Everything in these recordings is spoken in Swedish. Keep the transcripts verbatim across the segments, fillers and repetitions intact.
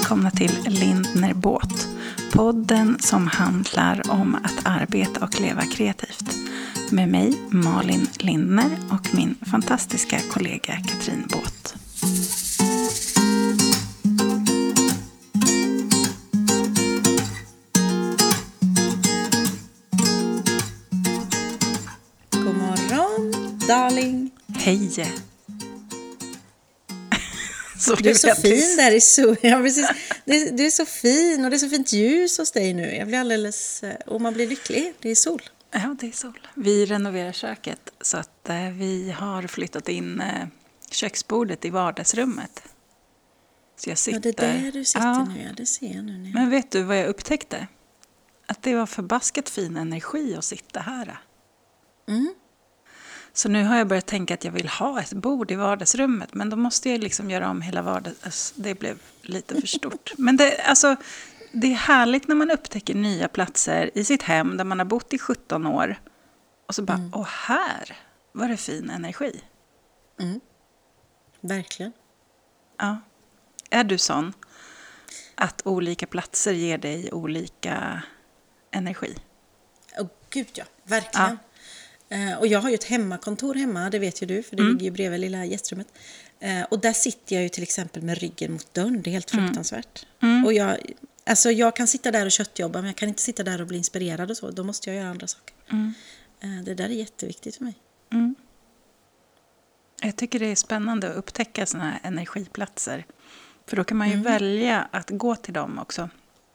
välkomna till Lindner Båt. Podden som handlar om att arbeta och leva kreativt. Med mig Malin Lindner och min fantastiska kollega Katrin Båt. God morgon, darling. Hej! Så du är så fin där i sol. Ja, precis. Du är så fin och det är så fint ljus hos dig nu. Jag blir alldeles... Och man blir lycklig. Det är sol. Ja, det är sol. Vi renoverar köket så att eh, vi har flyttat in eh, köksbordet i vardagsrummet. Så jag sitter... Ja, det är där du sitter ja. nu. Ja, det ser jag nu. nu. Men vet du vad jag upptäckte? Att det var förbaskat fin energi att sitta här. Mm. Så nu har jag börjat tänka att jag vill ha ett bord i vardagsrummet. Men då måste jag liksom göra om hela vardags... Det blev lite för stort. Men det, alltså, det är härligt när man upptäcker nya platser i sitt hem där man har bott i sjutton år. Och så bara, mm. åh här var det fin energi. Mm. Verkligen. Ja. Är du sån att olika platser ger dig olika energi? Åh, gud ja. Verkligen. Ja. Och jag har ju ett hemmakontor hemma, det vet ju du, för det mm. ligger ju bredvid lilla gästrummet. Och där sitter jag ju till exempel med ryggen mot dörren, det är helt fruktansvärt. Mm. Och jag, alltså jag kan sitta där och köttjobba, men jag kan inte sitta där och bli inspirerad och så. Då måste jag göra andra saker. Mm. Det där är jätteviktigt för mig. Mm. Jag tycker det är spännande att upptäcka såna här energiplatser. För då kan man ju mm. välja att gå till dem också.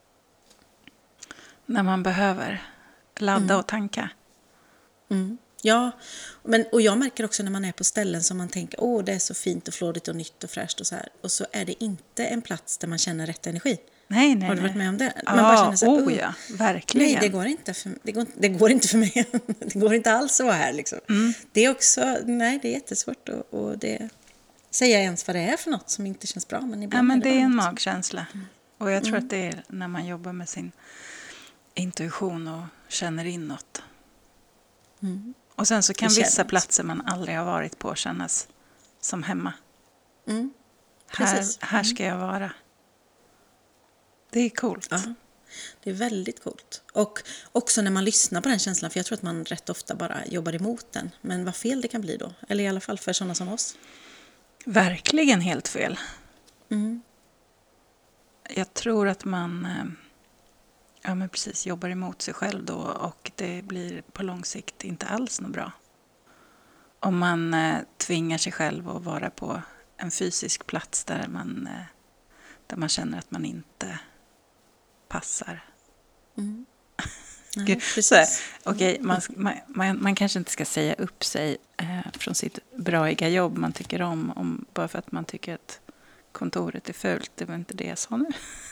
När man behöver ladda mm. och tanka. Mm. Ja, men, och jag märker också när man är på ställen som man tänker, åh det är så fint och flådigt och nytt och fräscht och så här. Och så är det inte en plats där man känner rätt energi. Nej, nej, Har du varit nej. med om det? Man ja, bara känner så här, oh ja, verkligen. Nej, det går inte för, det går, det går inte för mig. Det går inte alls så här liksom. Mm. Det är också, nej det är jättesvårt att och det, säga ens vad det är för något som inte känns bra. Men, ja, men det, det är en något. magkänsla. Mm. Och jag tror mm. att det är när man jobbar med sin intuition och känner in något. Mm. Och sen så kan vissa platser man aldrig har varit på kännas som hemma. Mm. Här, här ska jag vara. Det är coolt. Ja, det är väldigt coolt. Och också när man lyssnar på den känslan, för jag tror att man rätt ofta bara jobbar emot den. Men vad fel det kan bli då. Eller i alla fall för sådana som oss. Verkligen helt fel. Mm. Jag tror att man... Ja, men precis, jobbar emot sig själv då och det blir på lång sikt inte alls något bra. Om man eh, tvingar sig själv att vara på en fysisk plats där man, eh, där man känner att man inte passar. Mm. Nej, Gud, precis. Okej, man, man, man, man kanske inte ska säga upp sig eh, från sitt braiga jobb man tycker om, om bara för att man tycker att kontoret är fult. Det var inte det jag sa nu.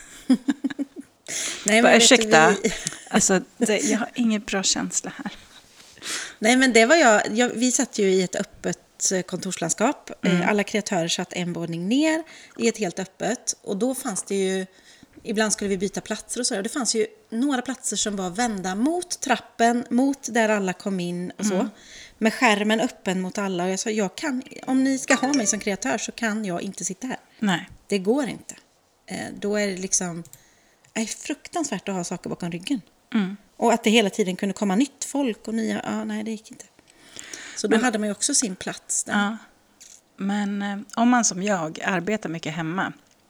Nej, men ursäkta, vi... alltså, det, jag har ingen bra känsla här. Nej, men det var jag, jag vi satt ju i ett öppet kontorslandskap. Mm. Alla kreatörer satt en våning ner i ett helt öppet. Och då fanns det ju, ibland skulle vi byta platser och så. Och det fanns ju några platser som var vända mot trappen, mot där alla kom in och så. Mm. Med skärmen öppen mot alla. Och jag sa, jag kan, om ni ska ha mig som kreatör så kan jag inte sitta här. Nej. Det går inte. Eh, då är det liksom... Det är fruktansvärt att ha saker bakom ryggen. Mm. Och att det hela tiden kunde komma nytt folk och nya... Ja, nej, det gick inte. Så då men, hade man ju också sin plats där. Ja. Men eh, om man som jag arbetar mycket hemma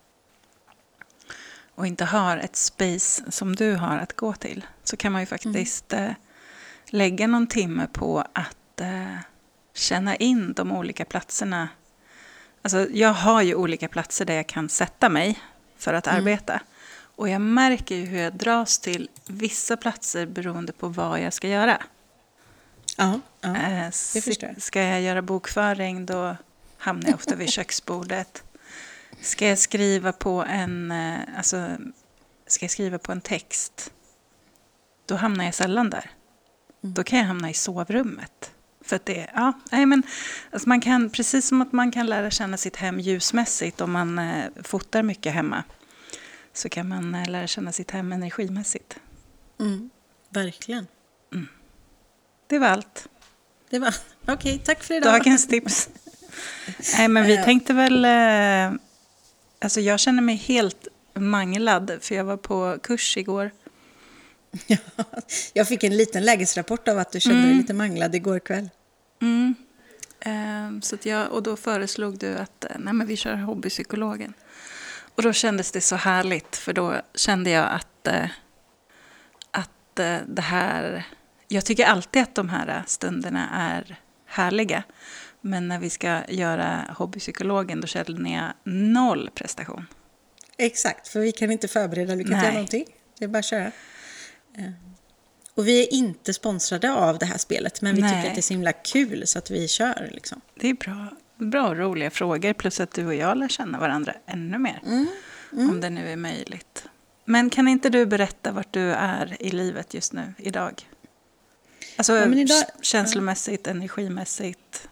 och inte har ett space som du har att gå till, så kan man ju faktiskt mm. eh, lägga någon timme på att eh, känna in de olika platserna. Alltså, jag har ju olika platser där jag kan sätta mig för att mm. arbeta. Och jag märker ju hur jag dras till vissa platser beroende på vad jag ska göra. Ja, ja det förstår jag. Ska jag göra bokföring, då hamnar jag ofta vid köksbordet. Ska jag skriva på en, alltså, ska jag skriva på en text, då hamnar jag sällan där. Mm. Då kan jag hamna i sovrummet. För att det, ja, nej men, alltså man kan, precis som att man kan lära känna sitt hem ljusmässigt om man eh, fotar mycket hemma. Så kan man lära känna sitt hem energimässigt. Mm, verkligen. Mm. Det var allt. Det var, okej, okay, tack för idag. Dagens tips. Nej, men vi tänkte väl... Eh, alltså jag känner mig helt manglad, för jag var på kurs igår. Ja, jag fick en liten lägesrapport av att du kände dig Mm. lite manglad igår kväll. Mm. Eh, så att jag, och då föreslog du att eh, nej, men vi kör hobbypsykologen. Och då kändes det så härligt, för då kände jag att, eh, att eh, det här... Jag tycker alltid att de här stunderna är härliga. Men när vi ska göra hobbypsykologen, då känner jag noll prestation. Exakt, för vi kan inte förbereda, vi kan inte Nej. göra någonting. Det är bara att köra. Eh, Och vi är inte sponsrade av det här spelet, men vi Nej. tycker att det är så himla kul så att vi kör. Liksom. Det är bra, bra och roliga frågor, plus att du och jag lär känna varandra ännu mer. Mm. Mm. Om det nu är möjligt. Men kan inte du berätta vart du är i livet just nu, idag? Alltså Ja, men idag- känslomässigt, energimässigt.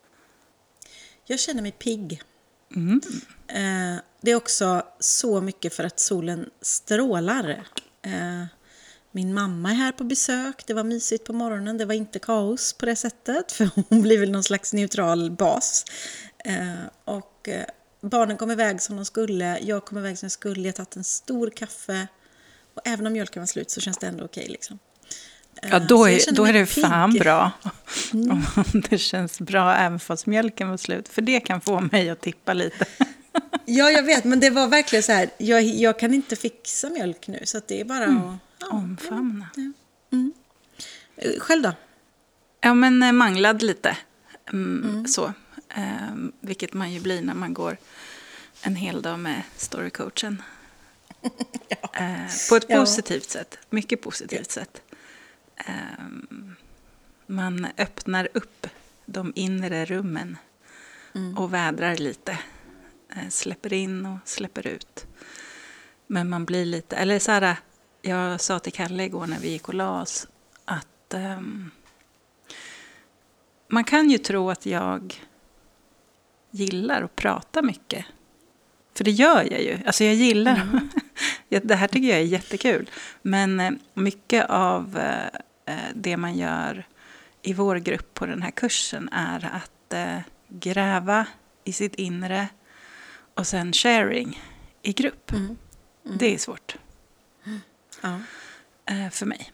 Jag känner mig pigg. Mm. Eh, det är också så mycket för att solen strålar. Eh, min mamma är här på besök. Det var mysigt på morgonen. Det var inte kaos på det sättet. För hon blir väl någon slags neutral bas. Eh, och eh, barnen kom iväg som de skulle. Jag kom iväg som jag skulle. Jag har tagit en stor kaffe. Och även om mjölken var slut så känns det ändå okej. Liksom. Ja, då Så jag är, känner då är mig det fan pigg. bra. Mm. Om det känns bra även fast mjölken var slut. För det kan få mig att tippa lite. Ja, jag vet. Men det var verkligen så här. Jag, jag kan inte fixa mjölk nu. Så att det är bara Mm. att... Ja, Omfamna. Mm. Själv då? Ja, men eh, manglad lite. Mm, mm. Så. Eh, vilket man ju blir när man går en hel dag med storycoachen. Ja. Eh, på ett Ja. positivt sätt. Mycket positivt Ja. sätt. Eh, man öppnar upp de inre rummen. Mm. Och vädrar lite. Eh, släpper in och släpper ut. Men man blir lite... Eller så här, jag sa till Kalle igår när vi gick och la oss att... ehm, man kan ju tro att jag gillar att prata mycket. För det gör jag ju. Alltså jag gillar... Mm. det här tycker jag är jättekul. Men eh, mycket av eh, det man gör i vår grupp på den här kursen är att eh, gräva i sitt inre och sen sharing i grupp. Mm. Mm. Det är svårt Ja. eh, för mig.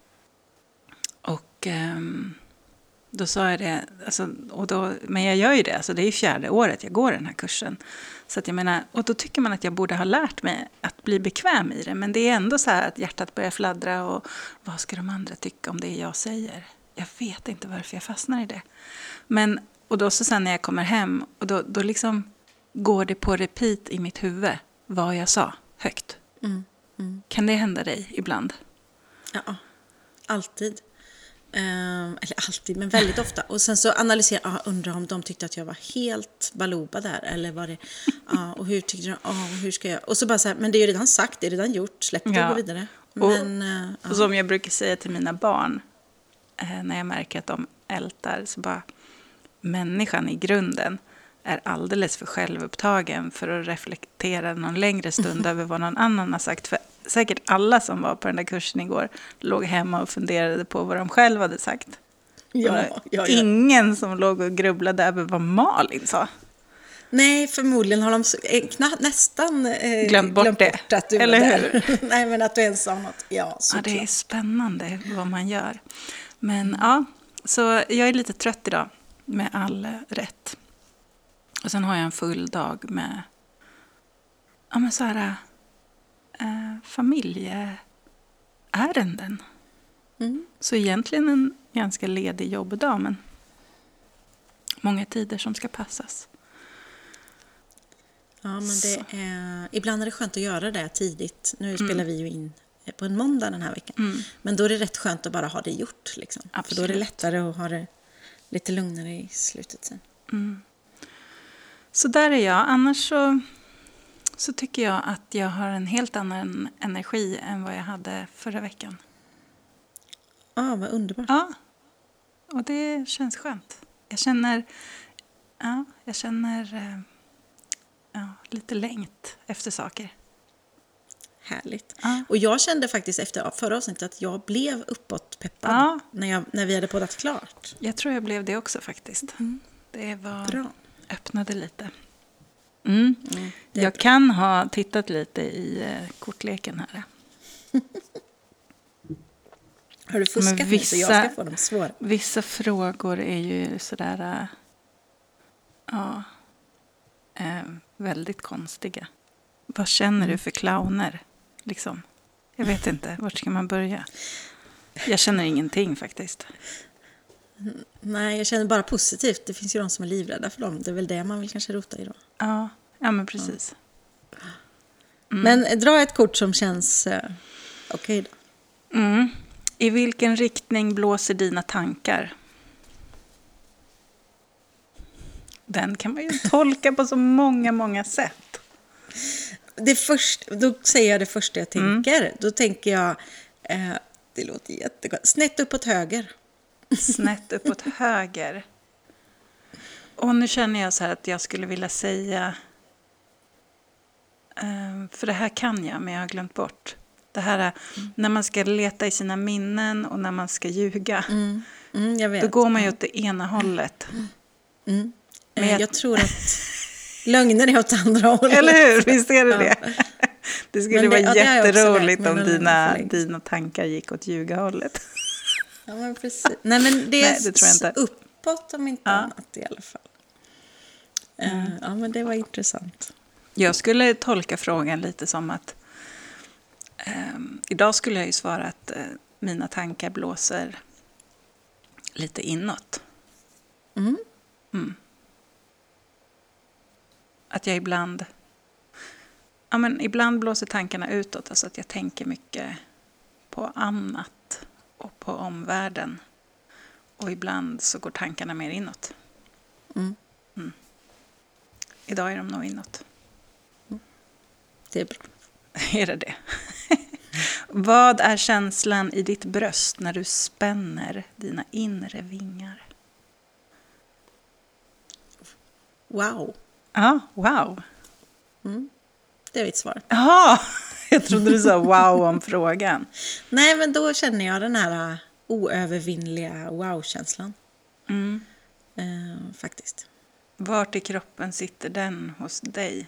Och ehm, då sa jag det, alltså, och då, men jag gör ju det, alltså det är ju fjärde året jag går den här kursen. Så att jag menar, och då tycker man att jag borde ha lärt mig att bli bekväm i det. Men det är ändå så här att hjärtat börjar fladdra och vad ska de andra tycka om det jag säger? Jag vet inte varför jag fastnar i det. Men, och då så sen när jag kommer hem, och då, då liksom går det på repeat i mitt huvud vad jag sa högt. Mm. Mm. Kan det hända dig ibland? Ja, alltid. Ehm, eller alltid, men väldigt ofta. Och sen så analyserar jag, ah, undrar om de tyckte att jag var helt baluba där. Eller var det, ah, och hur tyckte de, ah, och hur ska jag... Och så bara så här, men det är ju redan sagt, det är redan gjort, släpp det och Ja. gå vidare. Och- Men, eh, ja. Och som jag brukar säga till mina barn, eh, när jag märker att de ältar, så bara, människan i grunden är alldeles för självupptagen för att reflektera någon längre stund över vad någon annan har sagt. För säkert alla som var på den där kursen igår låg hemma och funderade på vad de själva hade sagt. Ja, Och ja, ja. ingen som låg och grubblade över vad Malin sa. Nej, förmodligen har de så- eh, kna- nästan eh, Glömt bort det. att du Eller var där. Nej, men att du ens sa något. Ja, så Ja, det är spännande vad man gör. Men ja, så jag är lite trött idag med all rätt. Och sen har jag en full dag med ja, men så här, eh, familjeärenden. Mm. Så egentligen en ganska ledig jobbdag, men många tider som ska passas. Ja, men det Så. är, ibland är det skönt att göra det tidigt. Nu spelar vi ju in på en måndag den här veckan. Mm. Men då är det rätt skönt att bara ha det gjort. Liksom. För då är Absolut. det lättare att ha det lite lugnare i slutet sen. Mm. Så där är jag. Annars så, så tycker jag att jag har en helt annan energi än vad jag hade förra veckan. Ja, ah, vad underbart. Ja, och det känns skönt. Jag känner, ja, jag känner eh, ja, lite längt efter saker. Härligt. Ja. Och jag kände faktiskt efter förra avsnittet att jag blev uppåt peppad Ja. när, jag, när vi hade poddat klart. Jag tror jag blev det också faktiskt. Det var, Bra. öppnade lite. Mm. Mm, Jag kan ha tittat lite i eh, kortleken här. Har du fuskat Men nu så jag vissa- ska få dem svåra? Vissa frågor är ju sådär, äh, ja, äh, väldigt konstiga. Vad känner du för clowner? Liksom. Jag vet inte, vart ska man börja? Jag känner ingenting faktiskt. Nej, jag känner bara positivt. Det finns ju de som är livrädda för dem. Det är väl det man vill kanske rota i då. Ja, ja men precis. Men dra ett kort som känns uh, okej då. Mm. I vilken riktning blåser dina tankar? Den kan man ju tolka på så många, många sätt. Det först, då säger jag det första jag tänker. Mm. Då tänker jag, eh, det låter jättegott, snett uppåt höger. Snett uppåt höger. Och nu känner jag så här att jag skulle vilja säga, eh, för det här kan jag men jag har glömt bort. Det här är mm. när man ska leta i sina minnen och när man ska ljuga. Mm. Mm, jag vet. Då går man ju åt det ena hållet. Mm. Men jag... jag tror att lögner är åt andra hållet. Eller hur? Visst är det ja. det? Det skulle det, vara ja, jätteroligt om dina, dina tankar gick åt ljuga-hållet. Ja, men precis. Nej, men det är Nej, det tror jag inte. Uppåt om inte ja. annat i alla fall. Mm. Ja, men det var intressant. Jag skulle tolka frågan lite som att eh, idag skulle jag ju svara att eh, mina tankar blåser lite inåt. Mm. Mm. Att jag ibland, ja men ibland blåser tankarna utåt, alltså att jag tänker mycket på annat och på omvärlden. Och ibland så går tankarna mer inåt. Mm. Mm. Idag är de nog inåt. Mm. Det är bra. Är det det? Vad är känslan i ditt bröst när du spänner dina inre vingar? Wow. Ja, wow. Mm. Det är mitt svar. Jaha, jag trodde du sa wow om frågan. Nej, men då känner jag den här oövervinnliga wow-känslan. Mm. Eh, faktiskt. Vart i kroppen sitter den hos dig?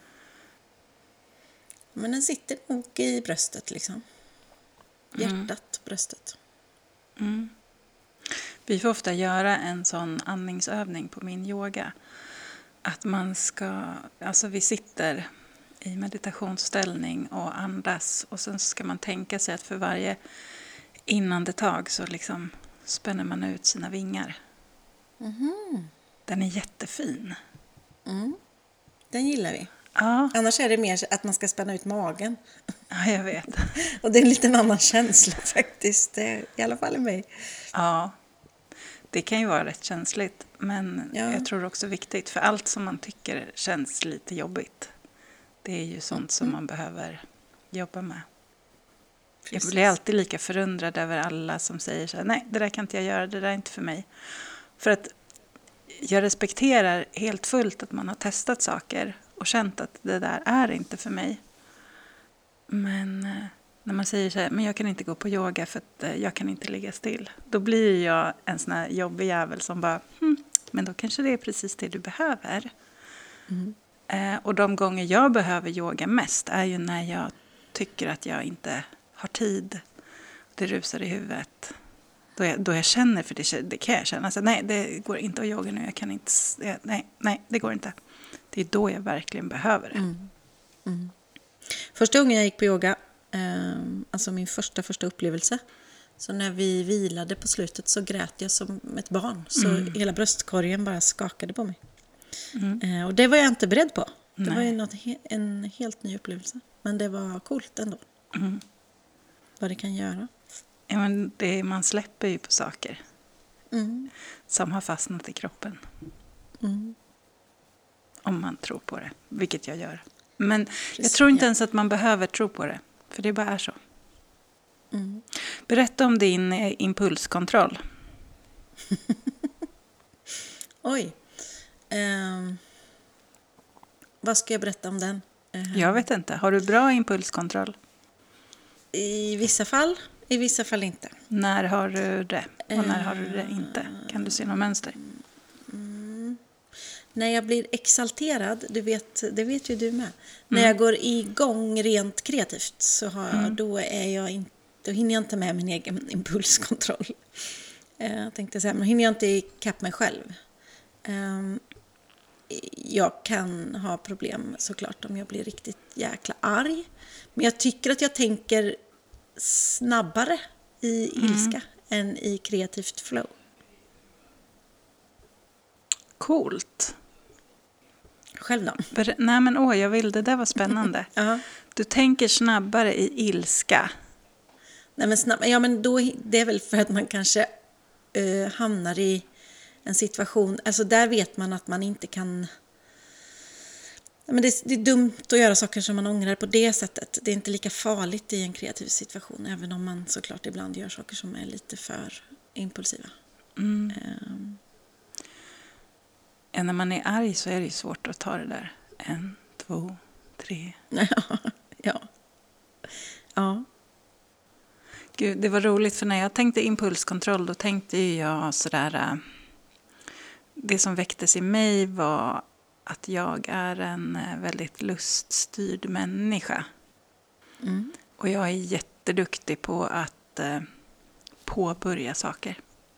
Men den sitter nog i bröstet liksom. Hjärtat, mm. bröstet. Mm. Vi får ofta göra en sån andningsövning på min yoga. Att man ska, alltså vi sitter i meditationsställning och andas. Och sen ska man tänka sig att för varje inandetag så liksom spänner man ut sina vingar. Mm. Den är jättefin. Mm. Den gillar vi. Ja. Annars är det mer att man ska spänna ut magen. Ja, jag vet. Och det är en liten annan känsla faktiskt. Det är, i alla fall i mig. Ja, det kan ju vara rätt känsligt. Men ja. jag tror också viktigt. För allt som man tycker känns lite jobbigt. Det är ju sånt mm. som man behöver jobba med. Precis. Jag blir alltid lika förundrad över alla som säger så här, nej, det där kan inte jag göra, det där är inte för mig. För att jag respekterar helt fullt att man har testat saker och känt att det där är inte för mig. Men när man säger så här, men jag kan inte gå på yoga för att jag kan inte ligga still. Då blir jag en sån här jobbig jävel som bara, hm, men då kanske det är precis det du behöver. Mm. Eh, och de gånger jag behöver yoga mest är ju när jag tycker att jag inte har tid. Det rusar i huvudet. Då jag, då jag känner, för det, det kan jag känna. Alltså, nej, det går inte att yoga nu. Jag kan inte, nej, nej, det går inte. Det är då jag verkligen behöver det. Mm. Mm. Första gången jag gick på yoga, eh, alltså min första första upplevelse. Så när vi vilade på slutet så grät jag som ett barn. Så mm. hela bröstkorgen bara skakade på mig. Mm. Eh, och det var jag inte beredd på. Det nej. var ju något, en helt ny upplevelse. Men det var coolt ändå. Mm. Vad det kan göra. Ja, men det, man släpper ju på saker mm. som har fastnat i kroppen. Mm. Om man tror på det, vilket jag gör. Men Precis, jag tror inte ja. ens att man behöver tro på det, för det bara är så. Mm. Berätta om din impulskontroll. Oj. Um, vad ska jag berätta om den? Uh, jag vet inte. Har du bra impulskontroll? I vissa fall. I vissa fall inte. När har du det? Och när har du det inte? Kan du se något mönster? Mm. när jag blir exalterad, du vet, det vet ju du med. Mm. När jag går igång rent kreativt så har jag, mm. då, är jag in, då hinner jag inte med min egen impulskontroll. Jag tänkte säga, men hinner jag inte ikapp mig själv. Jag kan ha problem såklart om jag blir riktigt jäkla arg. Men jag tycker att jag tänker snabbare i ilska mm. än i kreativt flow. Coolt. Själv då? Ber- Nej men åh, jag vill, det där var spännande. uh-huh. Du tänker snabbare i ilska. Nej men snabb, ja men då, det är väl för att man kanske uh, hamnar i en situation, alltså där vet man att man inte kan, men det är, det är dumt att göra saker som man ångrar på det sättet. Det är inte lika farligt i en kreativ situation, även om man såklart ibland gör saker som är lite för impulsiva. Mm. Um. Ja, när man är arg så är det svårt att ta det där. En, två, tre. ja. Ja. Gud, det var roligt för när jag tänkte impulskontroll då tänkte jag sådär. Det som väcktes i mig var att jag är en väldigt luststyrd människa. Mm. Och jag är jätteduktig på att eh, påbörja saker.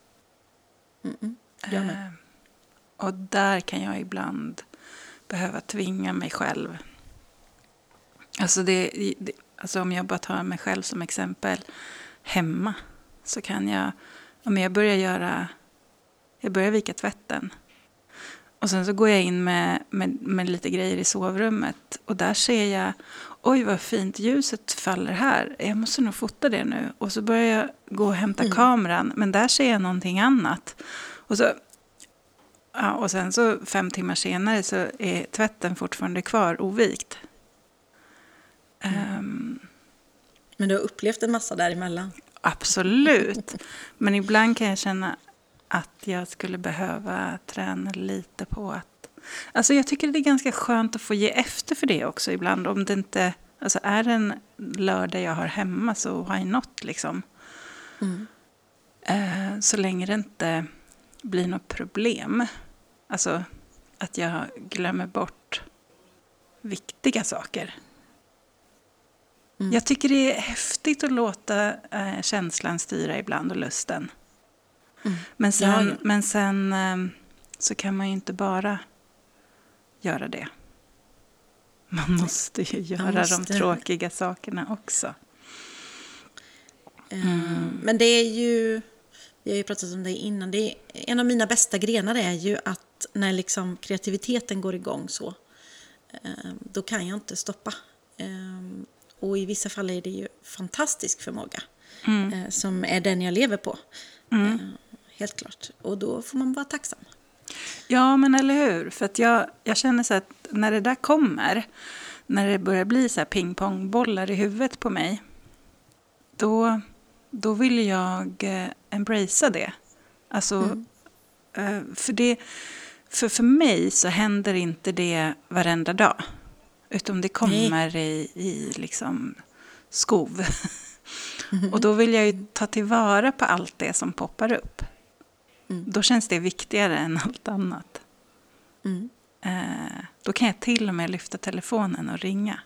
Mm-mm. Jag med. Eh, och där kan jag ibland behöva tvinga mig själv. Alltså, det, det, alltså om jag bara tar mig själv som exempel. Hemma så kan jag, om jag börjar göra, jag börjar vika tvätten. Och sen så går jag in med, med, med lite grejer i sovrummet. Och där ser jag, oj vad fint ljuset faller här. Jag måste nog fota det nu. Och så börjar jag gå och hämta mm. kameran. Men där ser jag någonting annat. Och, så, ja, och sen så fem timmar senare så är tvätten fortfarande kvar ovikt. Mm. Um, Men du har upplevt en massa däremellan? Absolut. Men ibland kan jag känna att jag skulle behöva träna lite på att... Alltså jag tycker det är ganska skönt att få ge efter för det också ibland. Om det inte... Alltså är det en lördag jag har hemma så why not liksom. Mm. Eh, så länge det inte blir något problem. Alltså att jag glömmer bort viktiga saker. Mm. Jag tycker det är häftigt att låta eh, känslan styra ibland och lusten. Mm. Men sen, ja, ja. Men sen eh, så kan man ju inte bara göra det. Man måste ju göra måste. de tråkiga sakerna också. Mm. Men det är ju, vi har ju pratat om det innan, det är, en av mina bästa grenar är ju att när liksom kreativiteten går igång så, eh, då kan jag inte stoppa. Eh, och i vissa fall är det ju fantastisk förmåga mm. eh, som är den jag lever på. Mm. Eh, helt klart. Och då får man vara tacksam. Ja, men eller hur? För att jag, jag känner så att när det där kommer, när det börjar bli så här pingpongbollar i huvudet på mig, då, då vill jag eh, embracea det. Alltså, mm. eh, för, det, för för mig så händer inte det varenda dag. Utan det kommer i, i liksom skov. Mm. Och då vill jag ju ta tillvara på allt det som poppar upp. Mm. Då känns det viktigare än allt annat. Mm. Eh, då kan jag till och med lyfta telefonen och ringa.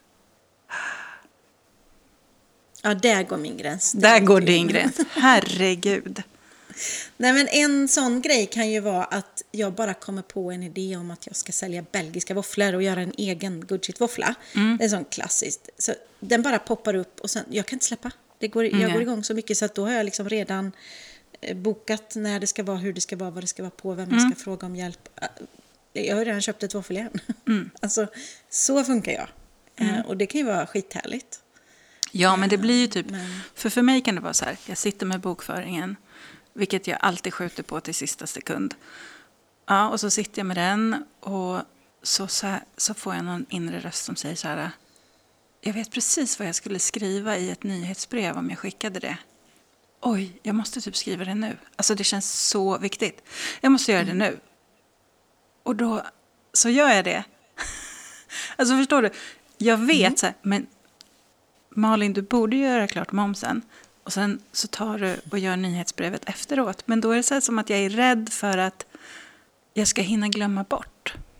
Ja, där går min gräns. Där går din gräns. Herregud. Nej, men en sån grej kan ju vara att jag bara kommer på en idé om att jag ska sälja belgiska våfflor och göra en egen good shit våffla. Mm. Det är sån klassiskt. Så den bara poppar upp och sen, jag kan inte släppa. Det går, jag går igång så mycket så att då har jag liksom redan bokat när det ska vara, hur det ska vara, vad det ska vara på, vem jag ska mm. fråga om hjälp. Jag har redan köpt ett våffeljärn. Mm. Alltså, så funkar jag. Mm. Och det kan ju vara skithärligt. Ja, men det blir ju typ, men... för för mig kan det vara så här, jag sitter med bokföringen, vilket jag alltid skjuter på till sista sekund. Ja, och så sitter jag med den och så, så, här, så får jag någon inre röst som säger så här, jag vet precis vad jag skulle skriva i ett nyhetsbrev om jag skickade det. Oj, jag måste typ skriva det nu. Alltså det känns så viktigt. Jag måste göra mm. det nu. Och då, så gör jag det. Alltså förstår du, jag vet mm. så här, men Malin, du borde göra klart momsen. Och sen så tar du och gör nyhetsbrevet efteråt. Men då är det så här som att jag är rädd för att jag ska hinna glömma bort.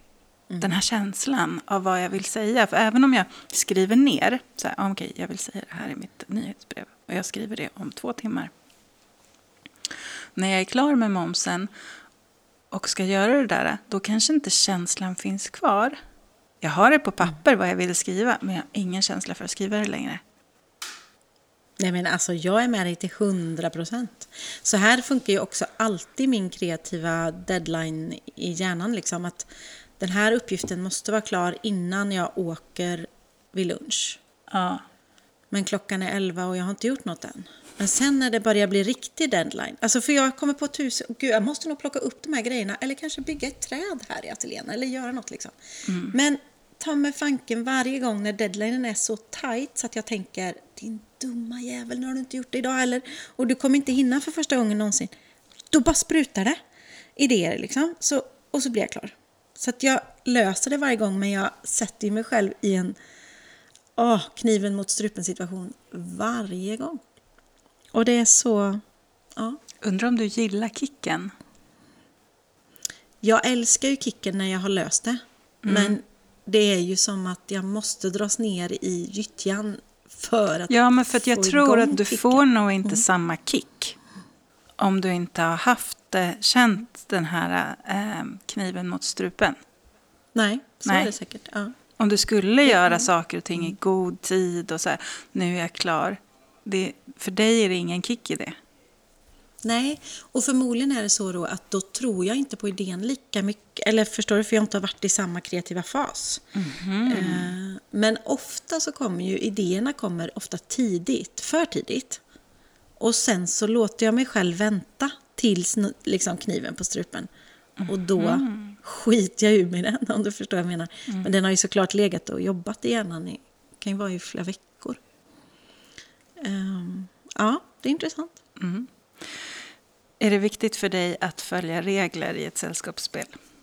Mm. Den här känslan av vad jag vill säga. För även om jag skriver ner, så här, okej, okay, jag vill säga det här i mitt nyhetsbrev. Och jag skriver det om två timmar. När jag är klar med momsen och ska göra det där, då kanske inte känslan finns kvar. Jag har det på papper vad jag vill skriva, men jag har ingen känsla för att skriva det längre. Nej, men alltså jag är med dig till hundra procent. Så här funkar ju också alltid min kreativa deadline i hjärnan. Liksom, att den här uppgiften måste vara klar innan jag åker vid lunch. Ja. Men klockan är elva och jag har inte gjort något än. Men sen när det börjar bli riktig deadline. Alltså för jag kommer på tusen, gud jag måste nog plocka upp de här grejerna. Eller kanske bygga ett träd här i ateljén. Eller göra något liksom. Mm. Men ta med fanken varje gång när deadlinen är så tight så att jag tänker, din dumma jävel, nu har du inte gjort det idag eller. Och du kommer inte hinna för första gången någonsin. Då bara sprutar det idéer liksom. Så, och så blir jag klar. Så att jag löser det varje gång, men jag sätter mig själv i en åh, kniven mot strupen situation varje gång. Och det är så, ja. Undrar om du gillar kicken? Jag älskar ju kicken när jag har löst det. Mm. Men det är ju som att jag måste dras ner i gyttjan för att Ja, men för att jag tror att du kicken. får nog inte Mm. samma kick om du inte har haft, känt den här äh, kniven mot strupen. Nej, så Nej. är det säkert. Ja. Om du skulle göra saker och ting i god tid och så här, nu är jag klar. Det, för dig är det ingen kick i det. Nej, och förmodligen är det så då att då tror jag inte på idén lika mycket. Eller förstår du, för jag inte har varit i samma kreativa fas. Mm-hmm. Eh, men ofta så kommer ju idéerna kommer ofta tidigt, för tidigt. Och sen så låter jag mig själv vänta tills liksom kniven på strupen. Mm-hmm. Och då skiter jag ur mig den, om du förstår vad jag menar. Mm. Men den har ju såklart legat och jobbat i hjärnan i, kan ju vara i flera veckor. Um, ja, det är intressant. Mm. Är det viktigt för dig att följa regler i ett sällskapsspel?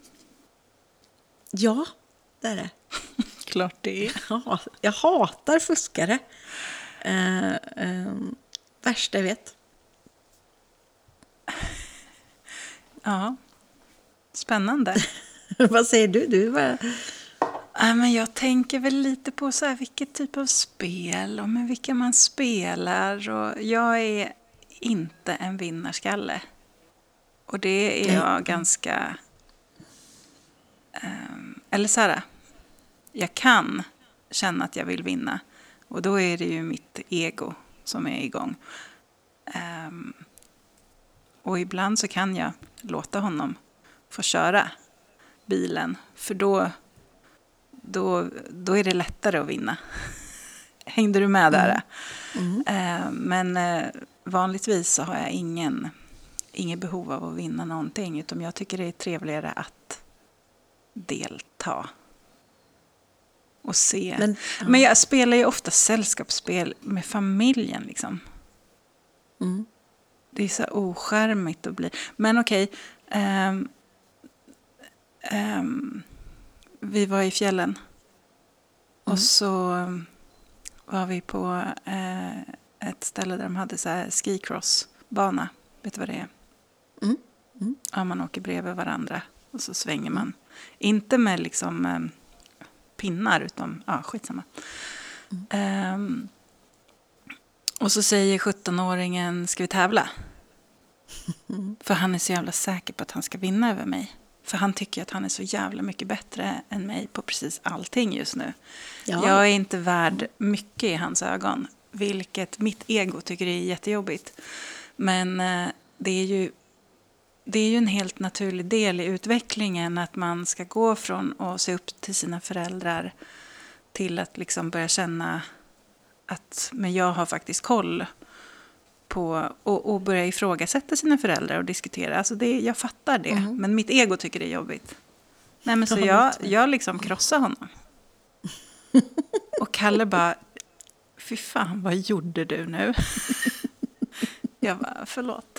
Ja, det är det. Klart det är. Ja, jag hatar fuskare. Uh, um, värsta jag vet. Ja, spännande. Vad säger du? Du bara... Ja, men jag tänker väl lite på så här, vilket typ av spel och med vilka man spelar. Och jag är inte en vinnarskalle. Och det är jag mm. ganska... Um, eller så här, jag kan känna att jag vill vinna. Och då är det ju mitt ego som är igång. Um, och ibland så kan jag låta honom få köra bilen. För då... Då, då är det lättare att vinna. Hängde du med där? Mm. Mm. Eh, men eh, vanligtvis så har jag ingen, ingen behov av att vinna någonting. Utan jag tycker det är trevligare att delta. Och se. Men, ja. men jag spelar ju ofta sällskapsspel med familjen. Liksom. Mm. Det är så oskärmigt att bli. Men okej. Um, um, Vi var i fjällen. Mm. Och så var vi på eh, ett ställe där de hade så här skicross-bana. Vet du vad det är? Mm. Mm. Ja, man åker bredvid varandra. Och så svänger man. Inte med liksom eh, pinnar, utan ja, skitsamma. Mm. Um, och så säger sjuttonåringen, ska vi tävla? Mm. För han är så jävla säker på att han ska vinna över mig. För han tycker att han är så jävla mycket bättre än mig på precis allting just nu. Ja. Jag är inte värd mycket i hans ögon. Vilket mitt ego tycker är jättejobbigt. Men eh, det är ju det är ju en helt naturlig del i utvecklingen. Att man ska gå från att se upp till sina föräldrar. Till att liksom börja känna att men jag har faktiskt koll. På, och, och börja ifrågasätta sina föräldrar och diskutera. Alltså det, jag fattar det. Mm. Men mitt ego tycker det är jobbigt. Nej, men så jag, jag liksom krossar honom. Och Kalle bara, fy fan, vad gjorde du nu? Jag bara, förlåt.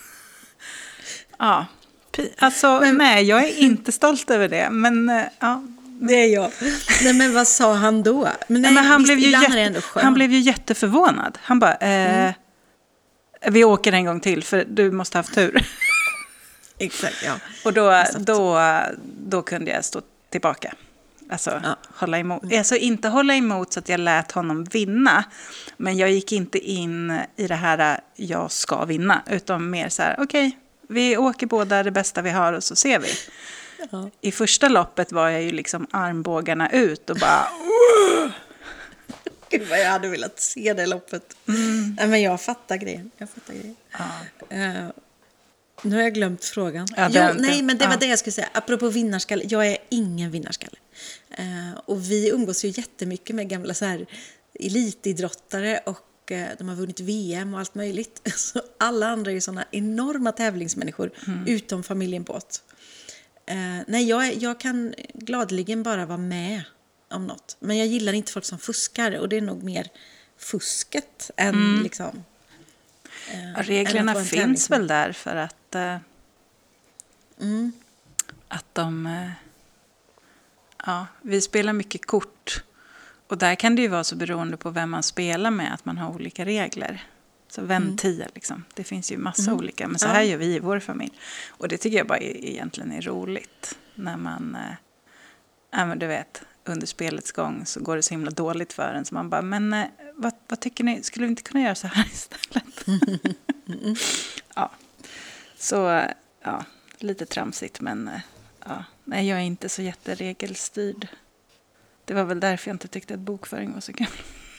Ja, alltså men, nej, jag är inte stolt över det. Men ja. Det är jag. Nej, men vad sa han då? Men, nej, men han, visst, blev ju jätte, han blev ju jätteförvånad. Han bara, eh, mm. vi åker en gång till för du måste ha haft tur. Exakt, ja. Och då, då, då kunde jag stå tillbaka. Alltså, Ja. hålla emot. Alltså inte hålla emot så att jag lät honom vinna. Men jag gick inte in i det här jag ska vinna. Utan mer så här, okej, okay, vi åker båda det bästa vi har och så ser vi. Ja. I första loppet var jag ju liksom armbågarna ut och bara... Gud vad jag hade velat se det loppet. Mm. Nej, men jag fattar grejen. Jag fattar grejen. Ja. Uh, nu har jag glömt frågan. Ja, jo, den, nej, den, men det var ja. det jag skulle säga. Apropå vinnarskalle. Jag är ingen vinnarskalle. Uh, och vi umgås ju jättemycket med gamla så här elitidrottare och uh, de har vunnit V M och allt möjligt. Så alla andra är ju sådana enorma tävlingsmänniskor mm. utom familjen Båt. Uh, nej, jag, jag kan gladeligen bara vara med om något. Men jag gillar inte folk som fuskar och det är nog mer fusket än mm. liksom... Eh, ja, reglerna finns väl där för att eh, mm. att de eh, ja, vi spelar mycket kort och där kan det ju vara så beroende på vem man spelar med att man har olika regler. Så vän mm. tio liksom. Det finns ju massa mm. olika, men så här ja. gör vi i vår familj. Och det tycker jag bara är, egentligen är roligt när man eh, ja, men du vet, under spelets gång så går det så himla dåligt för en. Så man bara, men eh, vad, vad tycker ni? Skulle vi inte kunna göra så här istället? Mm. Ja. Så, ja, lite tramsigt. Men eh, ja, nej, jag är inte så jätteregelstyrd. Det var väl därför jag inte tyckte att bokföring var så kul.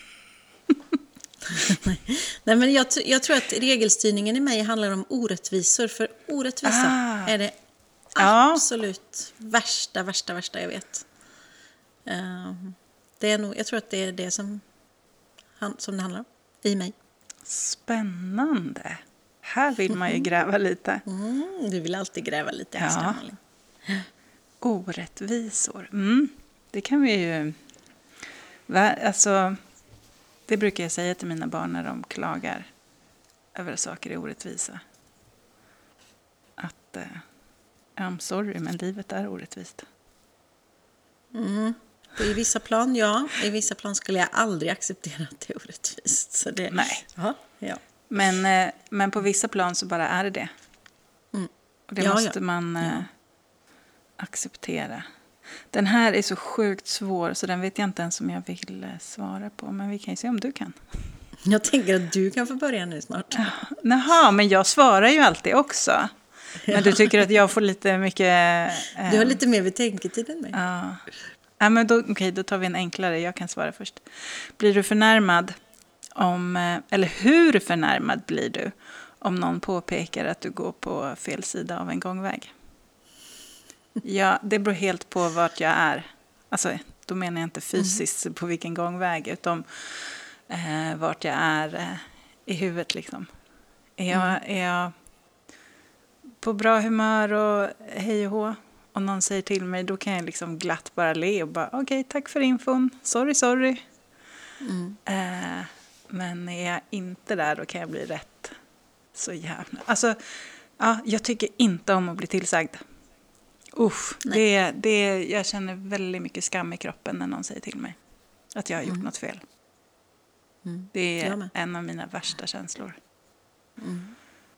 Nej, men jag, jag tror att regelstyrningen i mig handlar om orättvisor. För orättvisa ah. är det absolut ja. värsta, värsta, värsta jag vet. Uh, det är nog, jag tror att det är det som, som det handlar om i mig. Spännande. Här vill man ju gräva lite. Mm, du vill alltid gräva lite. Ja. Orättvisor. Mm, det kan vi ju... Alltså, det brukar jag säga till mina barn när de klagar över saker är orättvisa. Att, uh, I'm sorry, men livet är orättvist. Mm. I vissa plan, ja. I vissa plan skulle jag aldrig acceptera att det är orättvist. Så det, nej. Ja, ja. Men, men på vissa plan så bara är det det. Mm. Och det ja, måste ja. man ja. acceptera. Den här är så sjukt svår så den vet jag inte ens om jag vill svara på. Men vi kan ju se om du kan. Jag tänker att du kan få börja nu snart. Jaha, men jag svarar ju alltid också. Men ja. du tycker att jag får lite mycket... Eh, du har lite mer betänketid än mig. Ja. Ja, men då, okej, då tar vi en enklare. Jag kan svara först. Blir du förnärmad om... Eller hur förnärmad blir du om någon påpekar att du går på fel sida av en gångväg? Ja, det beror helt på vart jag är. Alltså, då menar jag inte fysiskt mm. på vilken gångväg. Utan eh, vart jag är eh, i huvudet liksom. Är jag... Mm. Är jag på bra humör och hej och hå. Och någon säger till mig, då kan jag liksom glatt bara le och bara, okej, okay, tack för infon. Sorry, sorry. Mm. Eh, men är jag inte där, då kan jag bli rätt så jävla... Alltså, ja, jag tycker inte om att bli tillsagd. Usch, det, det, jag känner väldigt mycket skam i kroppen när någon säger till mig att jag har gjort mm. något fel. Mm. Det är en av mina värsta känslor. Mm.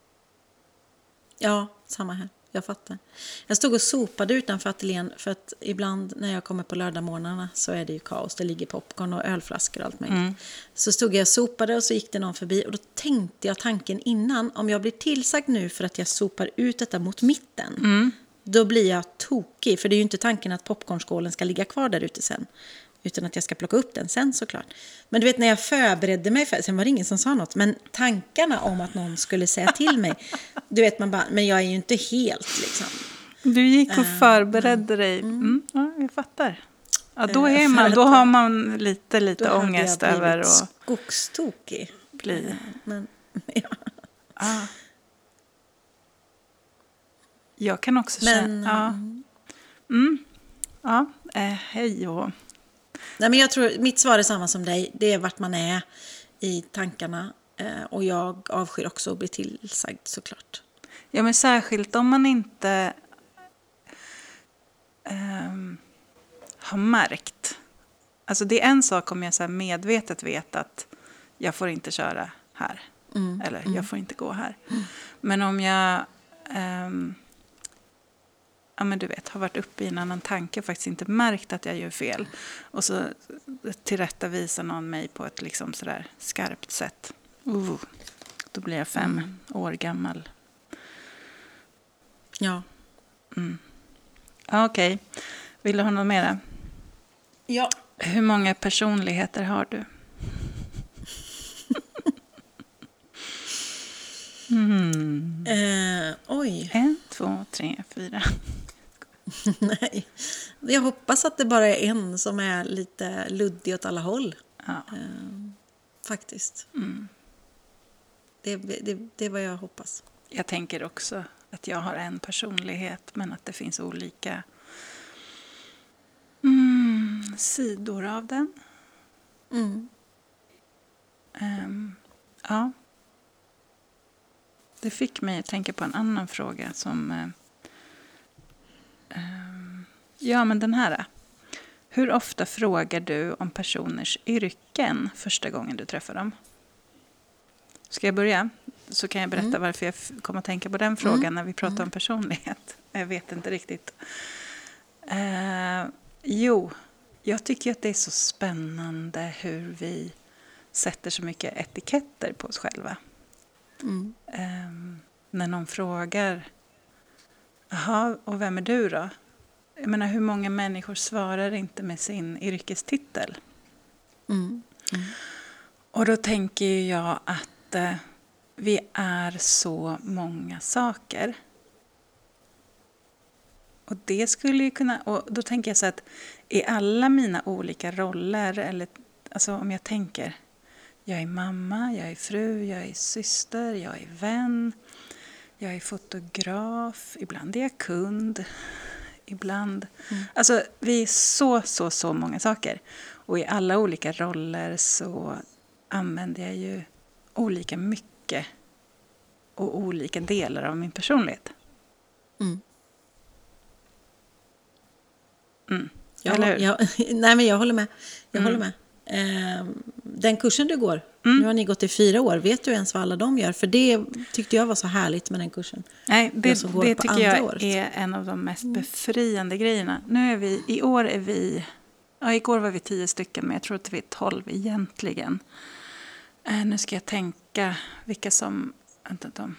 Ja, samma här. Jag fattar. Jag stod och sopade utanför ateljén för att ibland när jag kommer på lördagmorgnarna så är det ju kaos. Det ligger popcorn och ölflaskor och allt möjligt. Mm. Så stod jag och sopade och så gick det någon förbi och då tänkte jag tanken innan, om jag blir tillsagd nu för att jag sopar ut detta mot mitten, mm. då blir jag tokig. För det är ju inte tanken att popcornskålen ska ligga kvar där ute sen. Utan att jag ska plocka upp den sen såklart. Men du vet när jag förberedde mig för, sen var det ingen som sa något. Men tankarna om att någon skulle säga till mig. Du vet man bara, men jag är ju inte helt liksom. Du gick och förberedde uh, dig. Mm, ja, jag fattar. Ja, då, är man, då har man lite, lite då ångest över och skogstokig. Bli. Uh, men, ja. Ah. Jag kan också men, känna... Ja. Mm. Ja, eh, hej och... Nej, men jag tror, mitt svar är samma som dig. Det är vart man är i tankarna. Eh, och jag avskyr också att bli tillsagd såklart. Ja, men särskilt om man inte eh, har märkt. Alltså det är en sak om jag så här medvetet vet att jag får inte köra här. Mm, eller mm. jag får inte gå här. Mm. Men om jag... Eh, ja men du vet, har varit uppe i en annan tanke och faktiskt inte märkt att jag gör fel. Och så tillrättavisar någon mig på ett liksom sådär skarpt sätt. Uh, då blir jag fem mm. år gammal. Ja. Mm. Ja, okej. Okay. Vill du ha något mera? Ja. Hur många personligheter har du? Mm. Eh, oj. En, två, tre, fyra. Nej. Jag hoppas att det bara är en som är lite luddig åt alla håll. Ja. Eh, faktiskt. Mm. Det, det, det är vad jag hoppas. Jag tänker också att jag har en personlighet, men att det finns olika mm, sidor av den. Mm. Um, ja. Det fick mig att tänka på en annan fråga som... Uh, um, ja, men den här. Hur ofta frågar du om personers yrken första gången du träffar dem? Ska jag börja? Så kan jag berätta mm. varför jag kom att tänka på den frågan mm. när vi pratar mm. om personlighet. Jag vet inte riktigt. Uh, jo, jag tycker att det är så spännande hur vi sätter så mycket etiketter på oss själva. Mm. Um, när någon frågar, jaha, och vem är du då? Jag menar, hur många människor svarar inte med sin yrkestitel? Mm. Mm. Och då tänker jag att uh, vi är så många saker. Och det skulle ju kunna, och då tänker jag så att i alla mina olika roller, eller alltså om jag tänker, jag är mamma, jag är fru, jag är syster, jag är vän, jag är fotograf, ibland är jag kund, ibland... Mm. Alltså vi är så, så, så många saker. Och i alla olika roller så använder jag ju olika mycket och olika delar av min personlighet. Mm. Mm. Ja, eller hur? ja, nej, men jag håller med. Jag mm. håller med. Eh, den kursen du går, mm. nu har ni gått i fyra år. Vet du ens vad alla de gör? För det tyckte jag var så härligt med den kursen. Nej, det, jag det tycker jag året. är en av de mest befriande grejerna. Nu är vi, i år är vi, ja igår var vi tio stycken, men jag tror att vi är tolv egentligen. Eh, nu ska jag tänka vilka som, vänta dem.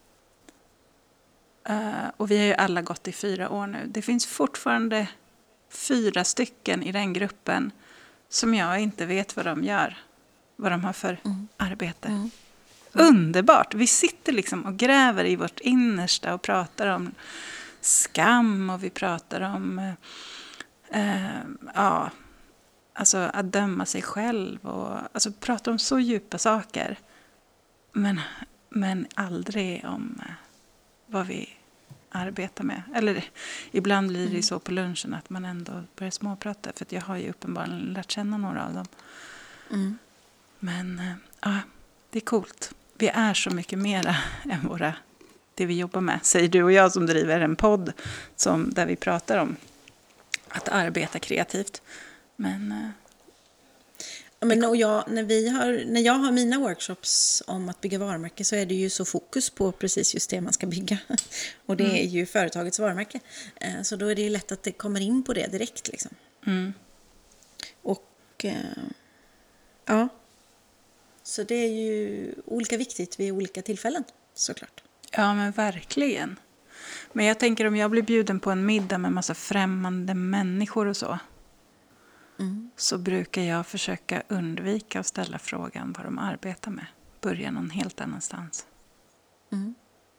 Uh, och vi har ju alla gått i fyra år nu. Det finns fortfarande fyra stycken i den gruppen som jag inte vet vad de gör. Vad de har för mm. arbete. Mm. Underbart! Vi sitter liksom och gräver i vårt innersta och pratar om skam och vi pratar om uh, uh, ja, alltså att döma sig själv och alltså pratar om så djupa saker. Men, men aldrig om uh, vad vi arbeta med. Eller ibland blir det mm. så på lunchen att man ändå börjar småprata. För att jag har ju uppenbarligen lärt känna några av dem. Mm. Men ja, äh, det är coolt. Vi är så mycket mera än våra, det vi jobbar med. Säger du och jag som driver en podd som, där vi pratar om att arbeta kreativt. Men... Äh, Men och jag, när, vi har, när jag har mina workshops om att bygga varumärke så är det ju så fokus på precis just det man ska bygga. Och det mm. är ju företagets varumärke. Så då är det ju lätt att det kommer in på det direkt. Liksom. Mm. Och ja, så det är ju olika viktigt vid olika tillfällen såklart. Ja men verkligen. Men jag tänker om jag blir bjuden på en middag med massa främmande människor och så. Mm. Så brukar jag försöka undvika att ställa frågan vad de arbetar med. Börja någon helt annanstans. Mm.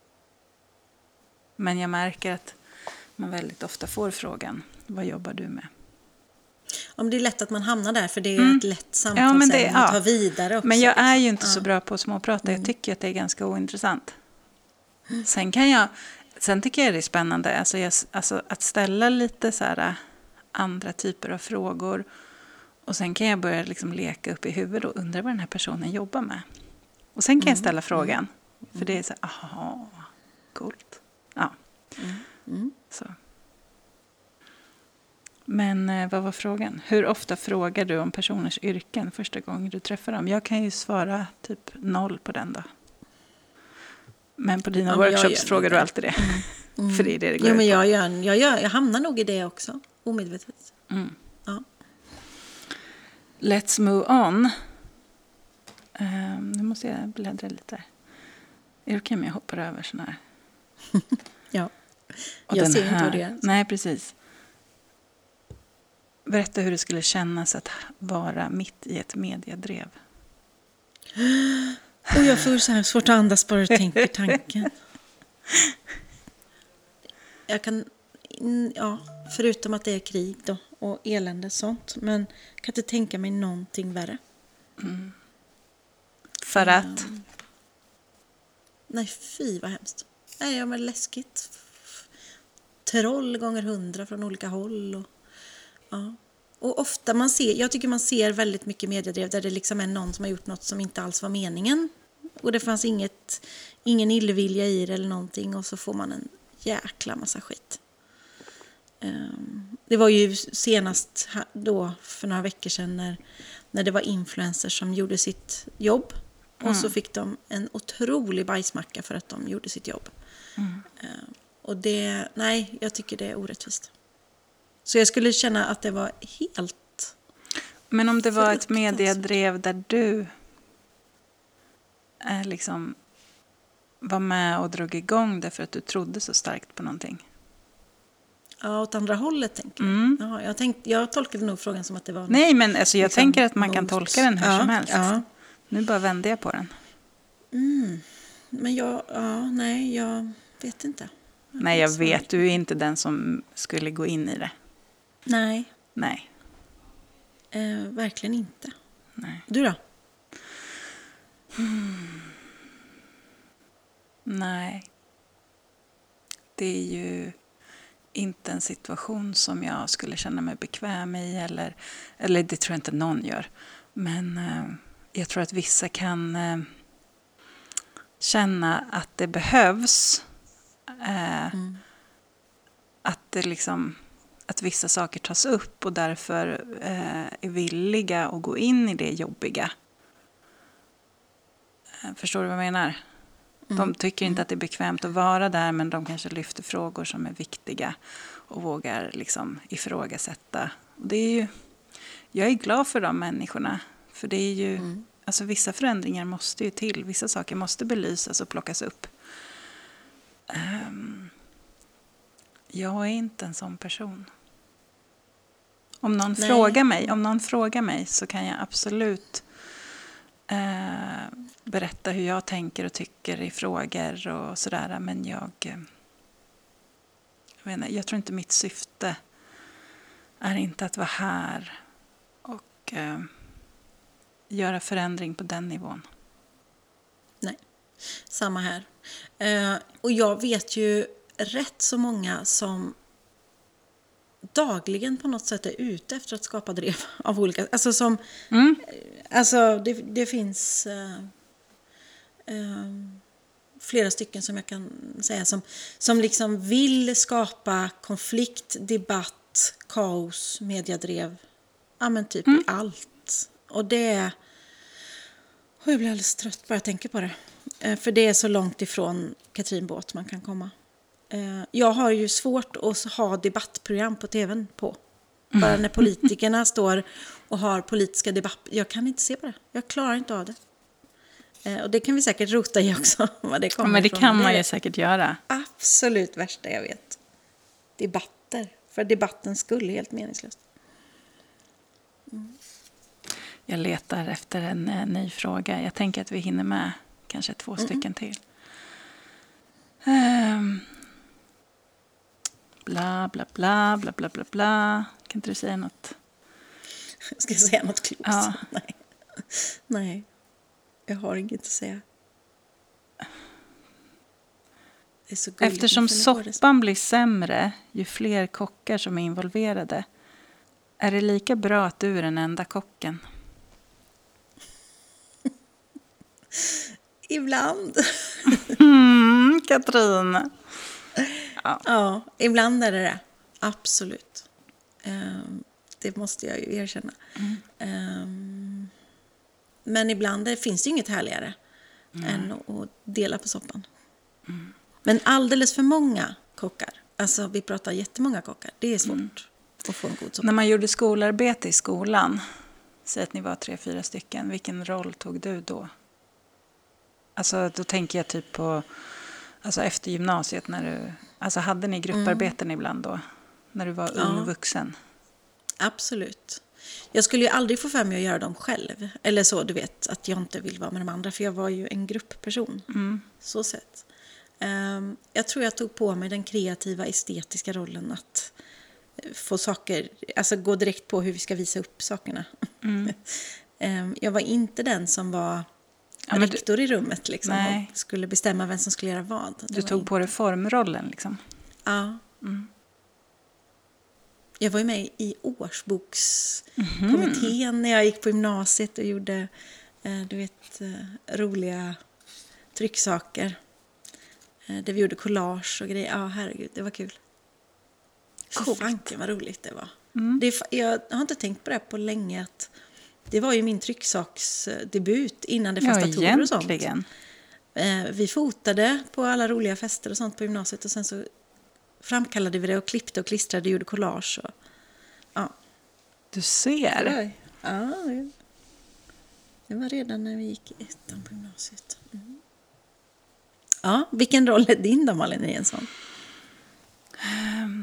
Men jag märker att man väldigt ofta får frågan, vad jobbar du med? Om det är lätt att man hamnar där, för det är mm. ett lätt samtal ja, men det, sen att ja. ta vidare också. Men jag är ju inte ja. så bra på att småprata. Mm. Jag tycker att det är ganska ointressant. Mm. Sen kan jag, sen tycker jag det är spännande alltså, jag, alltså att ställa lite så här andra typer av frågor. Och sen kan jag börja liksom leka upp i huvudet och undra vad den här personen jobbar med. Och sen kan mm. jag ställa frågan. Mm. För det är så här, aha, coolt. Ja. Mm. Mm. Så. Men eh, vad var frågan? Hur ofta frågar du om personers yrken första gången du träffar dem? Jag kan ju svara typ noll på den då. Men på dina ja, workshops frågar du alltid det. Mm. Mm. För det är det det går Jo, men ut på. jag, gör, jag, gör, jag hamnar nog i det också, omedvetet. Mm. Ja. Let's move on. Um, nu måste jag bläddra lite. Är det okej om jag hoppar över sån här? Ja, Och jag den ser här, inte vad det är. Nej, precis. Berätta hur det skulle kännas att vara mitt i ett mediedrev. Och jag får så här svårt att andas bara du tänker tanken. Jag kan, ja, förutom att det är krig då och elände sånt, men jag kan inte tänka mig någonting värre. Mm. För att? Um, nej, fy vad hemskt. Nej, ja, men läskigt. Troll gånger hundra från olika håll. Och, ja. Och ofta man ser, jag tycker man ser väldigt mycket mediedrev där det liksom är någon som har gjort något som inte alls var meningen. Och det fanns inget, ingen illvilja i det eller någonting, och så får man en jäkla massa skit. Um, det var ju senast då för några veckor sedan när, när det var influencers som gjorde sitt jobb. Mm. Och så fick de en otrolig bajsmacka för att de gjorde sitt jobb. Mm. Um, och det, nej, jag tycker det är orättvist. Så jag skulle känna att det var helt... Men om det var ett mediedrev där du är liksom var med och drog igång det för att du trodde så starkt på någonting. Ja, åt andra hållet tänker jag. Mm. Ja, jag, tänkte, jag tolkade nog frågan som att det var... Nej, men alltså, jag liksom tänker att man mot... kan tolka den hur ja, som helst. Ja. Nu bara vände jag på den. Mm. Men jag, ja, nej, jag vet inte. Jag nej, jag vet. Du är inte den som skulle gå in i det. Nej. Nej. Eh, verkligen inte. Nej. Du då? Mm. Nej. Det är ju inte en situation som jag skulle känna mig bekväm i. Eller, eller det tror jag inte någon gör. Men eh, jag tror att vissa kan eh, känna att det behövs. Eh, mm. Att det liksom... Att vissa saker tas upp och därför eh, är villiga att gå in i det jobbiga. Eh, förstår du vad jag menar? Mm. De tycker inte att det är bekvämt att vara där, men de kanske lyfter frågor som är viktiga och vågar liksom ifrågasätta. Och det är ju, jag är glad för de människorna, för det är ju, mm. alltså vissa förändringar måste ju till, vissa saker måste belysas och plockas upp. Um, jag är inte en sån person. Om någon, frågar mig, om någon frågar mig så kan jag absolut eh, berätta hur jag tänker och tycker i frågor och sådär. Men jag, jag, vet inte, jag tror inte mitt syfte är inte att vara här och eh, göra förändring på den nivån. Nej, samma här. Eh, och jag vet ju rätt så många som dagligen på något sätt är ute efter att skapa drev av olika... Alltså som... Mm. Alltså det, det finns uh, uh, flera stycken som jag kan säga som, som liksom vill skapa konflikt, debatt, kaos, mediadrev. Ja, men typ mm. i allt. Och det... Och jag blir alldeles trött bara jag tänker på det. Uh, för det är så långt ifrån Katrin Båth man kan komma. Jag har ju svårt att ha debattprogram på tvn på. Bara när politikerna står och har politiska debatt. Jag kan inte se på det. Jag klarar inte av det. Och det kan vi säkert rota i också. Vad det kommer Men det ifrån. kan det man ju säkert göra. Absolut värsta jag vet. Debatter. För debattens skull är helt meningslöst. Mm. Jag letar efter en eh, ny fråga. Jag tänker att vi hinner med kanske två mm. stycken till. Um. Bla, bla, bla, bla, bla, bla, bla. Kan inte du säga något? Ska jag säga något klokt? Ja. Nej. Nej, jag har inget att säga. Det är så gulligt. Eftersom soppan blir sämre ju fler kockar som är involverade, är det lika bra att du är den enda kocken? Ibland. Mm, Katrin. Ja. ja, ibland är det det. Absolut. Um, det måste jag ju erkänna. Mm. Um, men ibland det finns det ju inget härligare mm. än att dela på soppan. Mm. Men alldeles för många kockar, alltså vi pratar jättemånga kockar, det är svårt mm. att få en god soppa. När man gjorde skolarbete i skolan, säg att ni var tre, fyra stycken, vilken roll tog du då? Alltså då tänker jag typ på, alltså efter gymnasiet när du, alltså hade ni grupparbeten mm. ibland då, när du var ung och vuxen? Absolut. Jag skulle ju aldrig få för mig att göra dem själv. Eller så, du vet, att jag inte vill vara med de andra. För jag var ju en gruppperson. Mm. Så sett. Um, jag tror jag tog på mig den kreativa, estetiska rollen att få saker, alltså gå direkt på hur vi ska visa upp sakerna. Mm. um, jag var inte den som var ja, rektor du... i rummet liksom. Nej. Och skulle bestämma vem som skulle göra vad. Det du tog inte... på dig formrollen liksom. Ja. Mm. Jag var ju med i årsbokskommittén mm. när jag gick på gymnasiet och gjorde eh, du vet, eh, roliga trycksaker. Eh, där vi gjorde collage och grejer. Ja, herregud, det var kul. Coolt. Fanken vad roligt det var. Mm. Det, jag har inte tänkt på det på länge. Att det var ju min trycksaksdebut innan det fanns ja, datorer och sånt. Eh, vi fotade på alla roliga fester och sånt på gymnasiet och sen så framkallade vi det och klippte och klistrade och gjorde collage. Och, ja. Du ser. Det var, ja, det var redan när vi gick i ettan på gymnasiet. Mm. Ja, vilken roll är din då, Malin, i en sån? Um,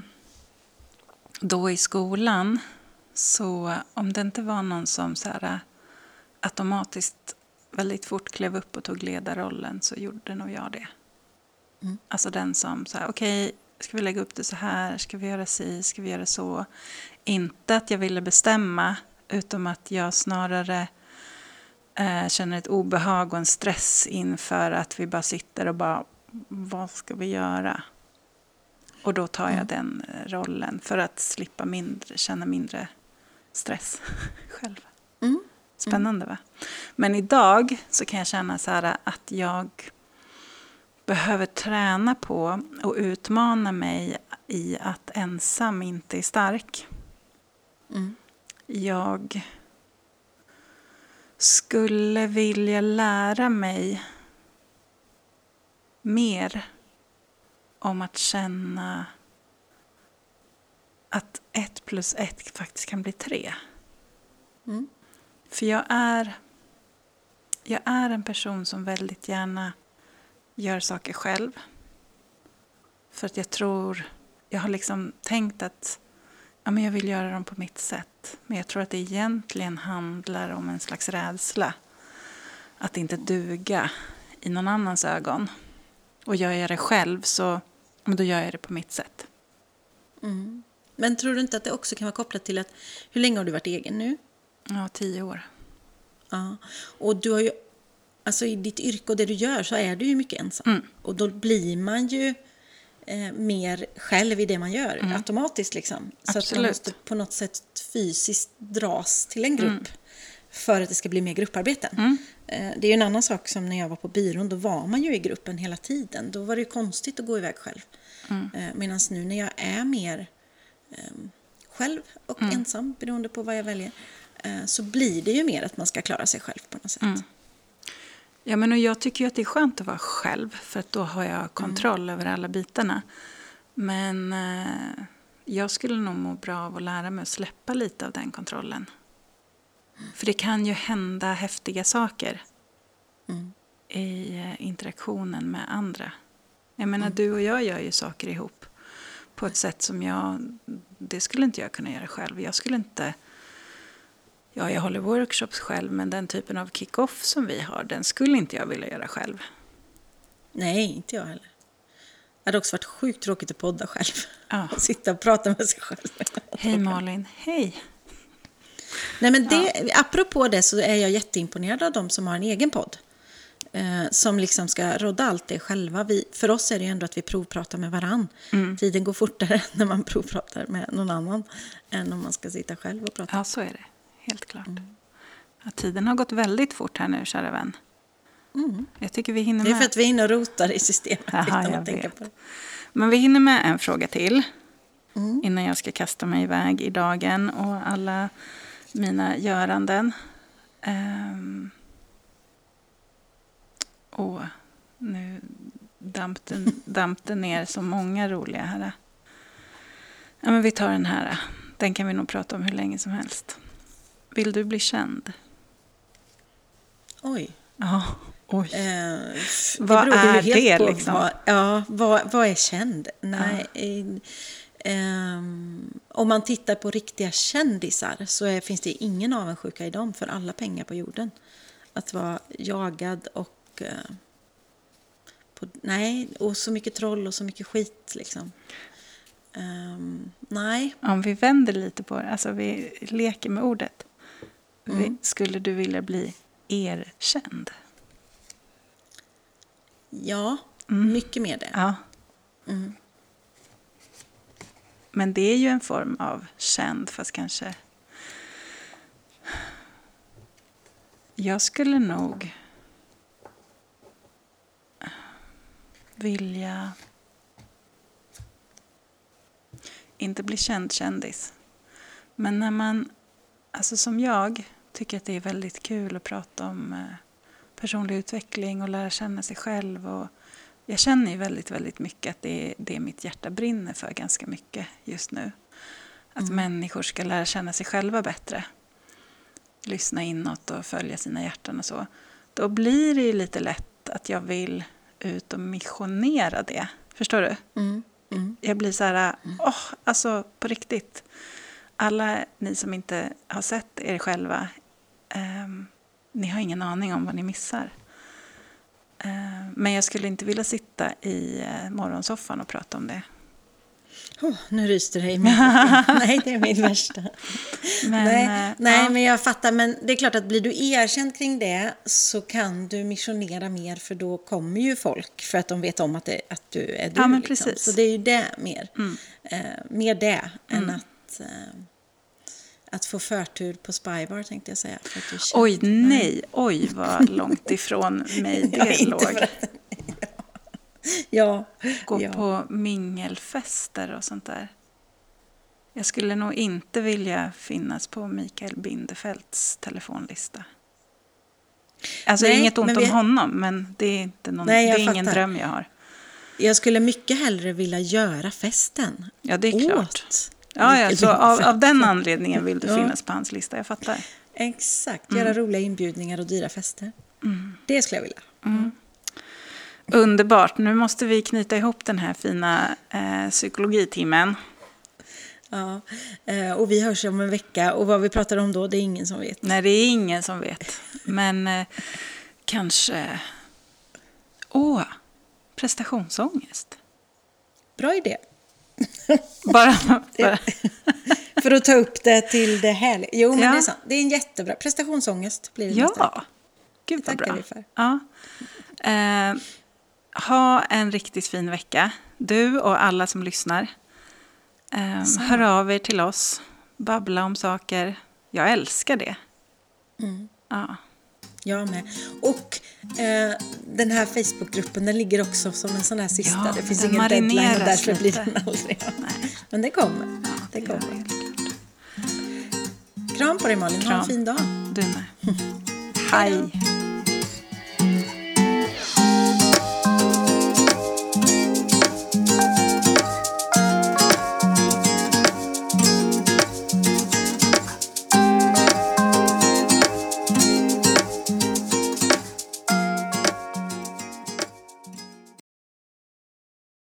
då i skolan, så om det inte var någon som så här, automatiskt väldigt fort klev upp och tog ledarrollen, så gjorde nog jag det. Mm. Alltså den som så här, okej, okay, ska vi lägga upp det så här? Ska vi göra si? Ska vi göra så? Inte att jag ville bestämma, utan att jag snarare eh, känner ett obehag och en stress inför att vi bara sitter och bara, vad ska vi göra? Och då tar jag mm. den rollen för att slippa mindre, känna mindre stress själv. Mm. Spännande, va? Men idag så kan jag känna så här att jag behöver träna på och utmana mig i att ensam inte är stark. Mm. Jag skulle vilja lära mig mer om att känna att ett plus ett faktiskt kan bli tre. Mm. För jag är, jag är en person som väldigt gärna gör saker själv. För att jag tror, jag har liksom tänkt att ja, men jag vill göra dem på mitt sätt. Men jag tror att det egentligen handlar om en slags rädsla. Att inte duga i någon annans ögon. Och gör jag det själv så då gör jag det på mitt sätt. Mm. Men tror du inte att det också kan vara kopplat till att, hur länge har du varit egen nu? Ja, tio år. Ja, och du har ju, alltså i ditt yrke och det du gör så är du ju mycket ensam. Mm. Och då blir man ju eh, mer själv i det man gör, mm. automatiskt liksom. Så Absolut. att man måste på något sätt fysiskt dras till en grupp mm. för att det ska bli mer grupparbeten. Mm. Eh, det är ju en annan sak som när jag var på byrån, då var man ju i gruppen hela tiden. Då var det ju konstigt att gå iväg själv. Mm. Eh, Medan nu när jag är mer eh, själv och mm. ensam, beroende på vad jag väljer, så blir det ju mer att man ska klara sig själv på något sätt. Mm. Ja, men och jag tycker ju att det är skönt att vara själv, för att då har jag kontroll mm. över alla bitarna. Men eh, jag skulle nog må bra av att lära mig att släppa lite av den kontrollen. Mm. För det kan ju hända häftiga saker mm. i interaktionen med andra. Jag menar, mm. du och jag gör ju saker ihop på ett sätt som jag, det skulle inte jag kunna göra själv. Jag skulle inte... Ja, jag håller workshops själv, men den typen av kick-off som vi har, den skulle inte jag vilja göra själv. Nej, inte jag heller. Det hade också varit sjukt tråkigt att podda själv. Ja. Och sitta och prata med sig själv. Hej Malin, hej. Nej, men det, ja. Apropå det så är jag jätteimponerad av de som har en egen podd. Eh, som liksom ska rodda allt det själva. Vi, för oss är det ju ändå att vi provpratar med varann. Mm. Tiden går fortare när man provpratar med någon annan än om man ska sitta själv och prata. Ja, så är det. Helt klart. Mm. Ja, tiden har gått väldigt fort här nu, kära vän. Mm. Jag tycker vi hinner med. Det är för att vi är inne och rotar i systemet. Aha, utan jag att tänka vet. på det. Men vi hinner med en fråga till. Mm. Innan jag ska kasta mig iväg i dagen och alla mina göranden. Um, och nu damp det, damp det ner så många roliga här. Ja, men vi tar den här. Den kan vi nog prata om hur länge som helst. Vill du bli känd? Oj. Ja, oj. Eh, vad är det på liksom? Vad, ja, vad, vad är känd? Nej, ja. eh, eh, om man tittar på riktiga kändisar så är, finns det ingen avundsjuka i dem för alla pengar på jorden. Att vara jagad och... Eh, på, nej, och så mycket troll och så mycket skit liksom. Um, nej. Om vi vänder lite på det, alltså vi leker med ordet. Mm. Vi, skulle du vilja bli erkänd? Ja, Mm. mycket mer det. Ja. Mm. Men det är ju en form av känd, fast kanske... Jag skulle nog vilja... inte bli känd kändis. Men när man, alltså som jag, tycker att det är väldigt kul att prata om eh, personlig utveckling och lära känna sig själv. Och jag känner ju väldigt, väldigt mycket att det är det mitt hjärta brinner för ganska mycket just nu. Att mm. människor ska lära känna sig själva bättre. Lyssna inåt och följa sina hjärtan och så. Då blir det ju lite lätt att jag vill ut och missionera det. Förstår du? Mm. Mm. Jag blir så här, åh, oh, alltså på riktigt. Alla ni som inte har sett er själva, eh, ni har ingen aning om vad ni missar. Eh, men jag skulle inte vilja sitta i eh, morgonsoffan och prata om det. Oh, nu ryster det i mig. Nej, det är min värsta. Men, nej, eh, nej ja. men jag fattar. Men det är klart att blir du erkänd kring det så kan du missionera mer. För då kommer ju folk för att de vet om att, det, att du är du. Ja, men liksom. precis. Så det är ju det mer. Mm. Eh, mer det än Mm. att, eh, att få förtur på Spybar, tänkte jag säga. För att du Oj, nej. Oj, vad långt ifrån mig det ja, låg. Att, ja. Gå ja. på mingelfester och sånt där. Jag skulle nog inte vilja finnas på Mikael Bindefelds telefonlista. Alltså Nej, inget ont men om vi... honom, men det är, inte någon, Nej, det är jag ingen fattar. dröm jag har. Jag skulle mycket hellre vilja göra festen. Ja, det är åt klart. Ja, ja, så av, av den anledningen vill du ja. finnas på hans lista, jag fattar. Exakt, Mm. göra roliga inbjudningar och dyra fester. Mm. Det skulle jag vilja. Mm. Underbart, nu måste vi knyta ihop den här fina eh, psykologitimmen. Ja, eh, och vi hörs om en vecka och vad vi pratar om då, det är ingen som vet. Nej, det är ingen som vet. Men eh, kanske... Åh, prestationsångest. Bra idé. Bara... bara. För att ta upp det till det här. Jo, men Ja. det är sant. Det är en jättebra prestationsångest. Blir det nästa Ja, vecka. gud vad Tackar bra. vi för. Ja. Eh, ha en riktigt fin vecka. Du och alla som lyssnar. Eh, hör av er till oss. Babbla om saker. Jag älskar det. Mm. Ja. Jag med. Och eh, den här Facebookgruppen, den ligger också som en sån här sista. Ja, det finns den ingen deadline och marineras därför lite. blir den aldrig. Nej. Men det kommer. Ja, det det gör kommer. det, helt klart. Kram på dig, Malin. Ha Kram. en fin dag. Du med. Hej.